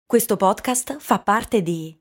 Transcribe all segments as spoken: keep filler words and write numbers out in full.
Questo podcast fa parte di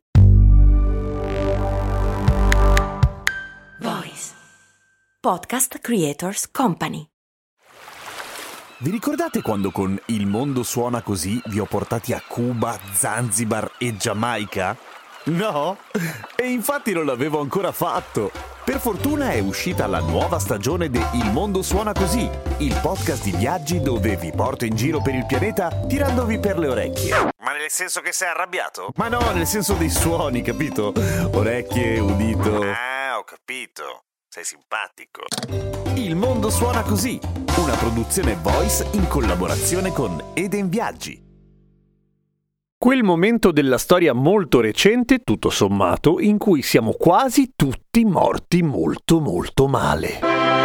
Voice Podcast Creators Company. Vi ricordate quando con Il mondo suona così vi ho portati a Cuba, Zanzibar e Giamaica? No? E infatti non l'avevo ancora fatto. Per fortuna è uscita la nuova stagione di Il mondo suona così, il podcast di viaggi dove vi porto in giro per il pianeta tirandovi per le orecchie. Ma nel senso che sei arrabbiato? Ma no, nel senso dei suoni, capito? Orecchie, udito. Ah, ho capito. Sei simpatico. Il mondo suona così, una produzione Voice in collaborazione con Eden Viaggi. Quel momento della storia molto recente, tutto sommato, in cui siamo quasi tutti morti molto molto male.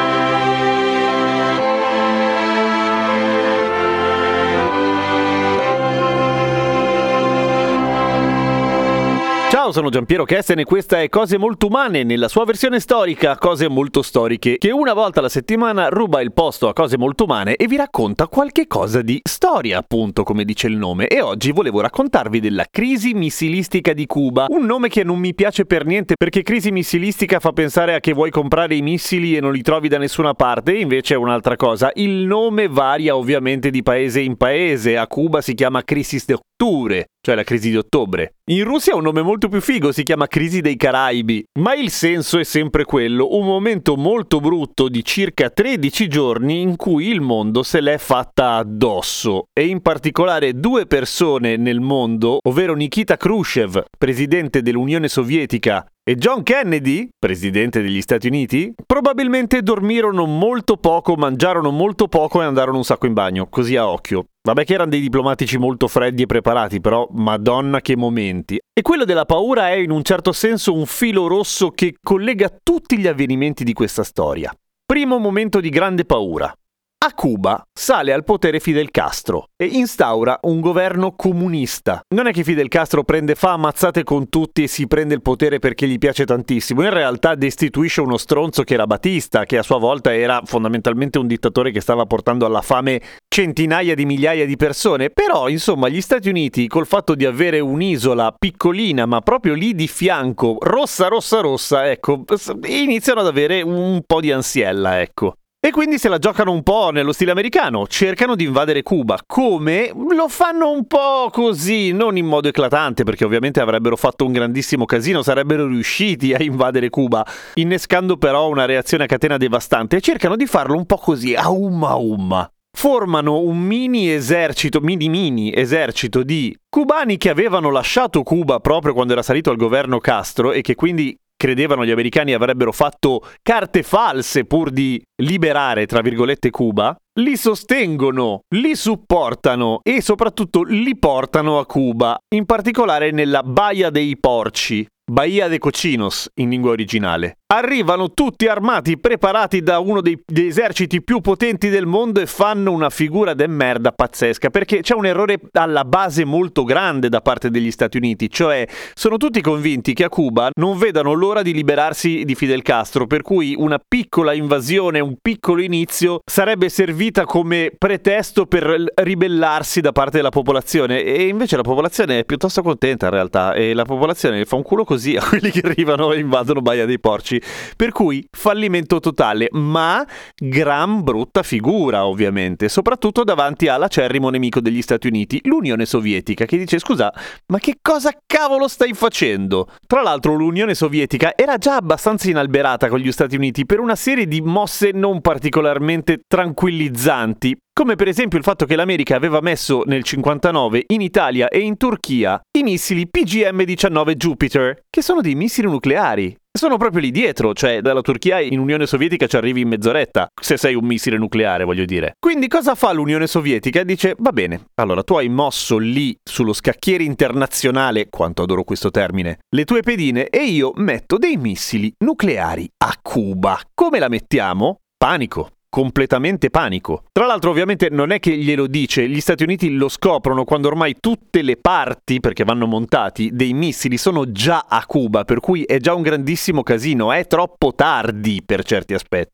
Ciao, sono Giampiero Kesten e questa è Cose Molto Umane, nella sua versione storica, Cose Molto Storiche, che una volta alla settimana ruba il posto a Cose Molto Umane e vi racconta qualche cosa di storia, appunto, come dice il nome. E oggi volevo raccontarvi della crisi missilistica di Cuba, un nome che non mi piace per niente perché crisi missilistica fa pensare a che vuoi comprare i missili e non li trovi da nessuna parte, e invece è un'altra cosa. Il nome varia ovviamente di paese in paese. A Cuba si chiama Crisis de Octubre, cioè la crisi di ottobre. In Russia ha un nome molto più figo, si chiama Crisi dei Caraibi, ma il senso è sempre quello, un momento molto brutto di circa tredici giorni in cui il mondo se l'è fatta addosso, e in particolare due persone nel mondo, ovvero Nikita Khrushchev, presidente dell'Unione Sovietica, e John Kennedy, presidente degli Stati Uniti, probabilmente dormirono molto poco, mangiarono molto poco e andarono un sacco in bagno, così a occhio. Vabbè che erano dei diplomatici molto freddi e preparati, però madonna che momenti. E quello della paura è in un certo senso un filo rosso che collega tutti gli avvenimenti di questa storia. Primo momento di grande paura. A Cuba sale al potere Fidel Castro e instaura un governo comunista. Non è che Fidel Castro prende, fa ammazzate con tutti e si prende il potere perché gli piace tantissimo. In realtà destituisce uno stronzo che era Batista, che a sua volta era fondamentalmente un dittatore che stava portando alla fame centinaia di migliaia di persone. Però, insomma, gli Stati Uniti, col fatto di avere un'isola piccolina, ma proprio lì di fianco, rossa, rossa, rossa, ecco, iniziano ad avere un po' di ansiella, ecco. E quindi se la giocano un po' nello stile americano, cercano di invadere Cuba. Come? Lo fanno un po' così, non in modo eclatante, perché ovviamente avrebbero fatto un grandissimo casino, sarebbero riusciti a invadere Cuba, innescando però una reazione a catena devastante, e cercano di farlo un po' così, a umma umma. Formano un mini esercito, mini mini esercito di cubani che avevano lasciato Cuba proprio quando era salito al governo Castro e che quindi credevano gli americani avrebbero fatto carte false pur di liberare, tra virgolette, Cuba, li sostengono, li supportano e soprattutto li portano a Cuba, in particolare nella Baia dei Porci, Bahia de Cochinos in lingua originale. Arrivano tutti armati, preparati da uno dei, dei eserciti più potenti del mondo e fanno una figura de merda pazzesca, perché c'è un errore alla base molto grande da parte degli Stati Uniti, cioè sono tutti convinti che a Cuba non vedano l'ora di liberarsi di Fidel Castro, per cui una piccola invasione, un piccolo inizio sarebbe servita come pretesto per ribellarsi da parte della popolazione, e invece la popolazione è piuttosto contenta in realtà, e la popolazione fa un culo così a quelli che arrivano e invadono Baia dei Porci. Per cui fallimento totale, ma gran brutta figura ovviamente, soprattutto davanti all'acerrimo nemico degli Stati Uniti, l'Unione Sovietica, che dice: scusa, ma che cosa cavolo stai facendo? Tra l'altro l'Unione Sovietica era già abbastanza inalberata con gli Stati Uniti per una serie di mosse non particolarmente tranquillizzanti, come per esempio il fatto che l'America aveva messo nel cinquantanove in Italia e in Turchia i missili P G M diciannove Jupiter, che sono dei missili nucleari. Sono proprio lì dietro, cioè dalla Turchia in Unione Sovietica ci arrivi in mezz'oretta, se sei un missile nucleare, voglio dire. Quindi cosa fa l'Unione Sovietica? Dice: va bene, allora tu hai mosso lì sullo scacchiere internazionale, quanto adoro questo termine, le tue pedine, e io metto dei missili nucleari a Cuba. Come la mettiamo? Panico. Completamente panico. Tra l'altro ovviamente non è che glielo dice, gli Stati Uniti lo scoprono quando ormai tutte le parti, perché vanno montati, dei missili sono già a Cuba, per cui è già un grandissimo casino, è troppo tardi per certi aspetti.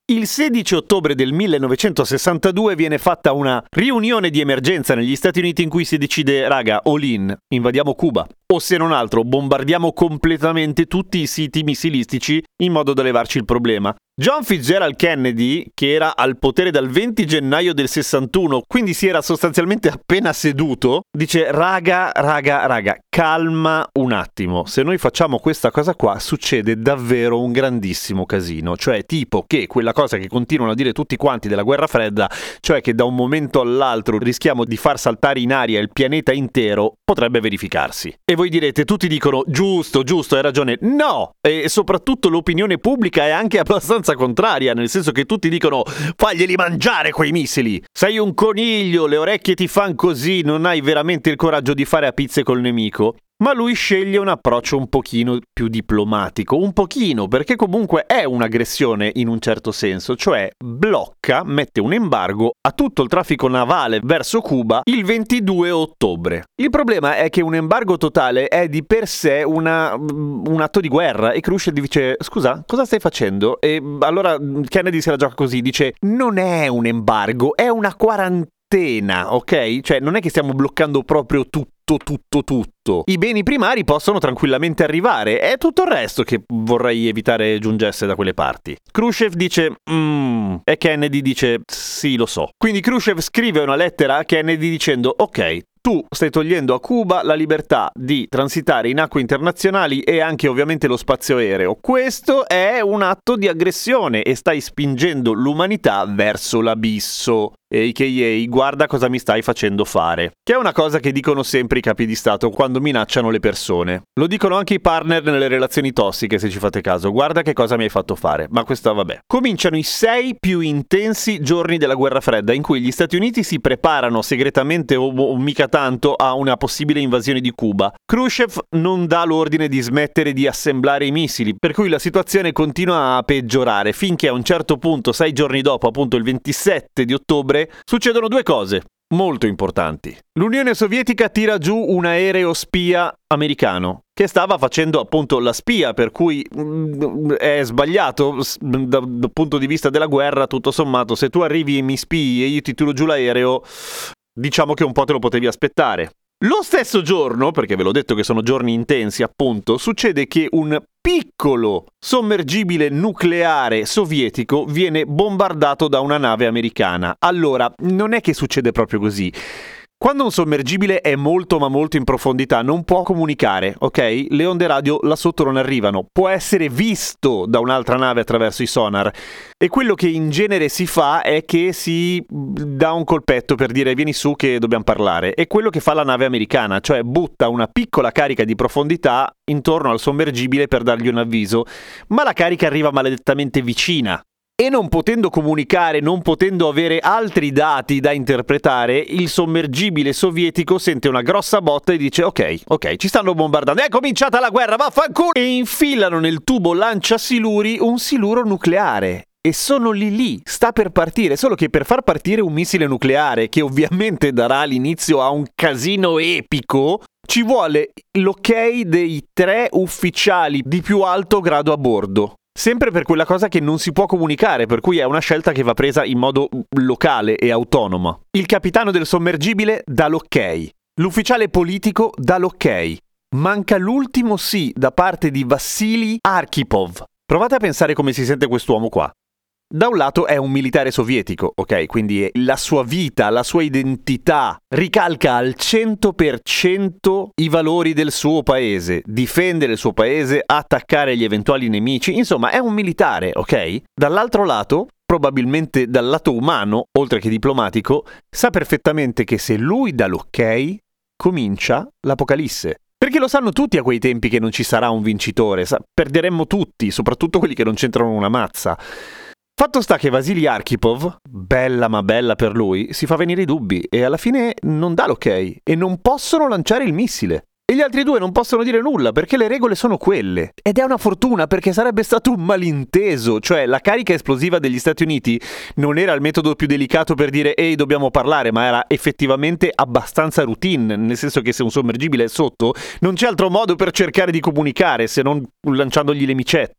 Il sedici ottobre del millenovecentosessantadue viene fatta una riunione di emergenza negli Stati Uniti in cui si decide, raga, all in, invadiamo Cuba. O se non altro, bombardiamo completamente tutti i siti missilistici in modo da levarci il problema. John Fitzgerald Kennedy, che era al potere dal venti gennaio del sessantuno, quindi si era sostanzialmente appena seduto, dice raga, raga, raga, calma un attimo. Se noi facciamo questa cosa qua succede davvero un grandissimo casino. Cioè tipo che quella cosa che continuano a dire tutti quanti della guerra fredda, cioè che da un momento all'altro rischiamo di far saltare in aria il pianeta intero, potrebbe verificarsi. E voi direte, tutti dicono giusto, giusto, hai ragione. No! E soprattutto l'opinione pubblica è anche abbastanza contraria, nel senso che tutti dicono faglieli mangiare quei missili, sei un coniglio, le orecchie ti fan così, non hai veramente il coraggio di fare a pizze col nemico. Ma lui sceglie un approccio un pochino più diplomatico, un pochino, perché comunque è un'aggressione in un certo senso, cioè blocca, mette un embargo a tutto il traffico navale verso Cuba il ventidue ottobre. Il problema è che un embargo totale è di per sé una, un atto di guerra e Khrushchev dice scusa, cosa stai facendo? E allora Kennedy se la gioca così, dice non è un embargo, è una quarantena, ok? Cioè non è che stiamo bloccando proprio tutto. Tutto, tutto, tutto. I beni primari possono tranquillamente arrivare, è tutto il resto che vorrei evitare giungesse da quelle parti. Khrushchev dice, mmm, e Kennedy dice, sì, lo so. Quindi Khrushchev scrive una lettera a Kennedy dicendo, ok, tu stai togliendo a Cuba la libertà di transitare in acque internazionali e anche ovviamente lo spazio aereo. Questo è un atto di aggressione e stai spingendo l'umanità verso l'abisso. A K A guarda cosa mi stai facendo fare. Che è una cosa che dicono sempre i capi di Stato quando minacciano le persone. Lo dicono anche i partner nelle relazioni tossiche, se ci fate caso. Guarda che cosa mi hai fatto fare. Ma questo vabbè. Cominciano i sei più intensi giorni della guerra fredda in cui gli Stati Uniti si preparano segretamente o, o mica tanto a una possibile invasione di Cuba. Khrushchev non dà l'ordine di smettere di assemblare i missili, per cui la situazione continua a peggiorare finché a un certo punto, sei giorni dopo, appunto il ventisette di ottobre, succedono due cose molto importanti. L'Unione Sovietica tira giù un aereo spia americano che stava facendo appunto la spia, per cui mh, è sbagliato dal, dal punto di vista della guerra, tutto sommato. Se tu arrivi e mi spii e io ti tiro giù l'aereo, diciamo che un po' te lo potevi aspettare. Lo stesso giorno, perché ve l'ho detto che sono giorni intensi appunto, succede che un piccolo sommergibile nucleare sovietico viene bombardato da una nave americana. Allora, non è che succede proprio così. Quando un sommergibile è molto ma molto in profondità non può comunicare, ok? Le onde radio là sotto non arrivano. Può essere visto da un'altra nave attraverso i sonar. E quello che in genere si fa è che si dà un colpetto per dire vieni su che dobbiamo parlare. È quello che fa la nave americana, cioè butta una piccola carica di profondità intorno al sommergibile per dargli un avviso. Ma la carica arriva maledettamente vicina. E non potendo comunicare, non potendo avere altri dati da interpretare, il sommergibile sovietico sente una grossa botta e dice ok, ok, ci stanno bombardando, è cominciata la guerra, vaffanculo! E infilano nel tubo lanciasiluri un siluro nucleare. E sono lì lì, sta per partire, solo che per far partire un missile nucleare, che ovviamente darà l'inizio a un casino epico, ci vuole l'ok dei tre ufficiali di più alto grado a bordo. Sempre per quella cosa che non si può comunicare, per cui è una scelta che va presa in modo locale e autonoma. Il capitano del sommergibile dà l'ok, l'ufficiale politico dà l'ok. Manca l'ultimo sì da parte di Vassili Arkhipov. Provate a pensare come si sente quest'uomo qua. Da un lato è un militare sovietico, ok? Quindi la sua vita, la sua identità ricalca al cento per cento i valori del suo paese, difendere il suo paese, attaccare gli eventuali nemici, insomma è un militare, ok? Dall'altro lato, probabilmente dal lato umano, oltre che diplomatico, sa perfettamente che se lui dà l'ok, comincia l'apocalisse. Perché lo sanno tutti a quei tempi che non ci sarà un vincitore, sa- perderemmo tutti, soprattutto quelli che non c'entrano una mazza. Fatto sta che Vassili Arkhipov, bella ma bella per lui, si fa venire i dubbi e alla fine non dà l'ok e non possono lanciare il missile. E gli altri due non possono dire nulla perché le regole sono quelle. Ed è una fortuna perché sarebbe stato un malinteso, cioè la carica esplosiva degli Stati Uniti non era il metodo più delicato per dire ehi dobbiamo parlare, ma era effettivamente abbastanza routine, nel senso che se un sommergibile è sotto non c'è altro modo per cercare di comunicare se non lanciandogli le micette.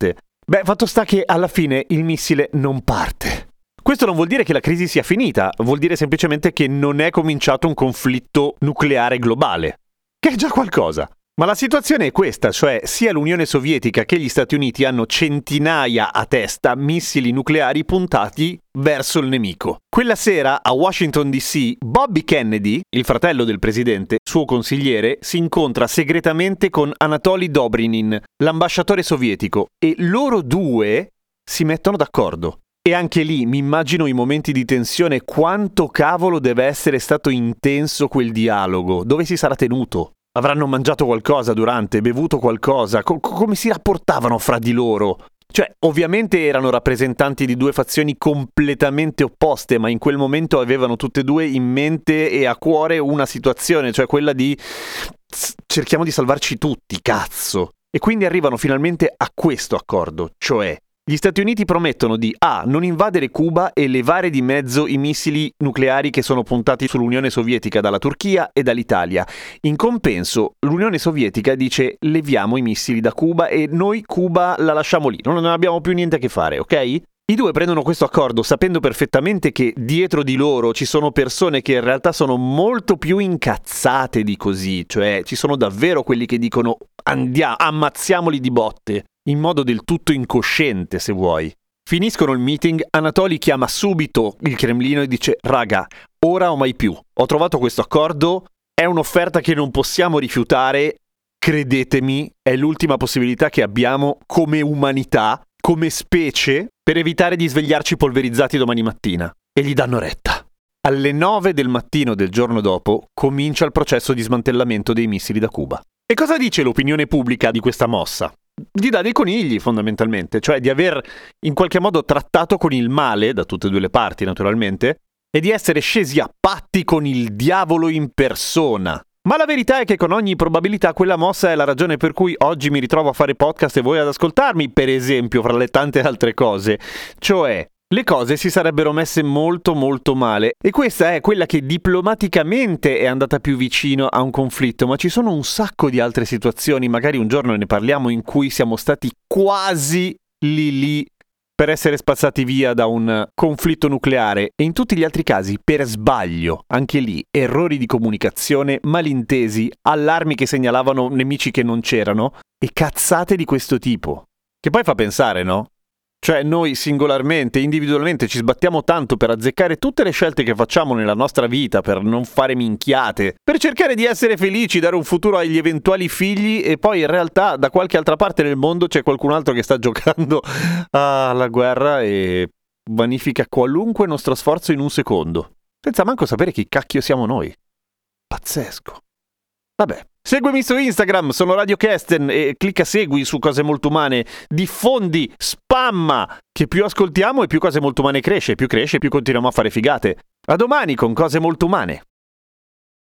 Beh, fatto sta che alla fine il missile non parte. Questo non vuol dire che la crisi sia finita, vuol dire semplicemente che non è cominciato un conflitto nucleare globale, che è già qualcosa. Ma la situazione è questa, cioè sia l'Unione Sovietica che gli Stati Uniti hanno centinaia a testa missili nucleari puntati verso il nemico. Quella sera a Washington D C Bobby Kennedy, il fratello del presidente, suo consigliere, si incontra segretamente con Anatoly Dobrinin, l'ambasciatore sovietico, e loro due si mettono d'accordo. E anche lì mi immagino i momenti di tensione, quanto cavolo deve essere stato intenso quel dialogo, dove si sarà tenuto. Avranno mangiato qualcosa durante, bevuto qualcosa, Co- come si rapportavano fra di loro? Cioè, ovviamente erano rappresentanti di due fazioni completamente opposte, ma in quel momento avevano tutte e due in mente e a cuore una situazione, cioè quella di cerchiamo di salvarci tutti, cazzo. E quindi arrivano finalmente a questo accordo, cioè gli Stati Uniti promettono di A. non invadere Cuba e levare di mezzo i missili nucleari che sono puntati sull'Unione Sovietica dalla Turchia e dall'Italia. In compenso, l'Unione Sovietica dice leviamo i missili da Cuba e noi Cuba la lasciamo lì, non abbiamo più niente a che fare, ok? I due prendono questo accordo sapendo perfettamente che dietro di loro ci sono persone che in realtà sono molto più incazzate di così, cioè ci sono davvero quelli che dicono andiamo, ammazziamoli di botte. In modo del tutto incosciente, se vuoi. Finiscono il meeting, Anatoly chiama subito il Cremlino e dice «Raga, ora o mai più. Ho trovato questo accordo, è un'offerta che non possiamo rifiutare, credetemi, è l'ultima possibilità che abbiamo come umanità, come specie, per evitare di svegliarci polverizzati domani mattina». E gli danno retta. Alle nove del mattino del giorno dopo comincia il processo di smantellamento dei missili da Cuba. E cosa dice l'opinione pubblica di questa mossa? Gli dà dei conigli fondamentalmente, cioè di aver in qualche modo trattato con il male, da tutte e due le parti naturalmente, e di essere scesi a patti con il diavolo in persona. Ma la verità è che con ogni probabilità quella mossa è la ragione per cui oggi mi ritrovo a fare podcast e voi ad ascoltarmi, per esempio, fra le tante altre cose. Cioè, le cose si sarebbero messe molto molto male e questa è quella che diplomaticamente è andata più vicino a un conflitto, ma ci sono un sacco di altre situazioni, magari un giorno ne parliamo, in cui siamo stati quasi lì lì per essere spazzati via da un conflitto nucleare e in tutti gli altri casi per sbaglio, anche lì errori di comunicazione, malintesi, allarmi che segnalavano nemici che non c'erano e cazzate di questo tipo. Che poi fa pensare, no? Cioè noi singolarmente, individualmente ci sbattiamo tanto per azzeccare tutte le scelte che facciamo nella nostra vita, per non fare minchiate, per cercare di essere felici, dare un futuro agli eventuali figli e poi in realtà da qualche altra parte nel mondo c'è qualcun altro che sta giocando alla guerra e vanifica qualunque nostro sforzo in un secondo, senza manco sapere chi cacchio siamo noi. Pazzesco. Vabbè. Seguimi su Instagram, sono Radio Kesten e clicca segui su Cose Molto Umane, diffondi, spamma, che più ascoltiamo e più Cose Molto Umane cresce, più cresce più continuiamo a fare figate. A domani con Cose Molto Umane.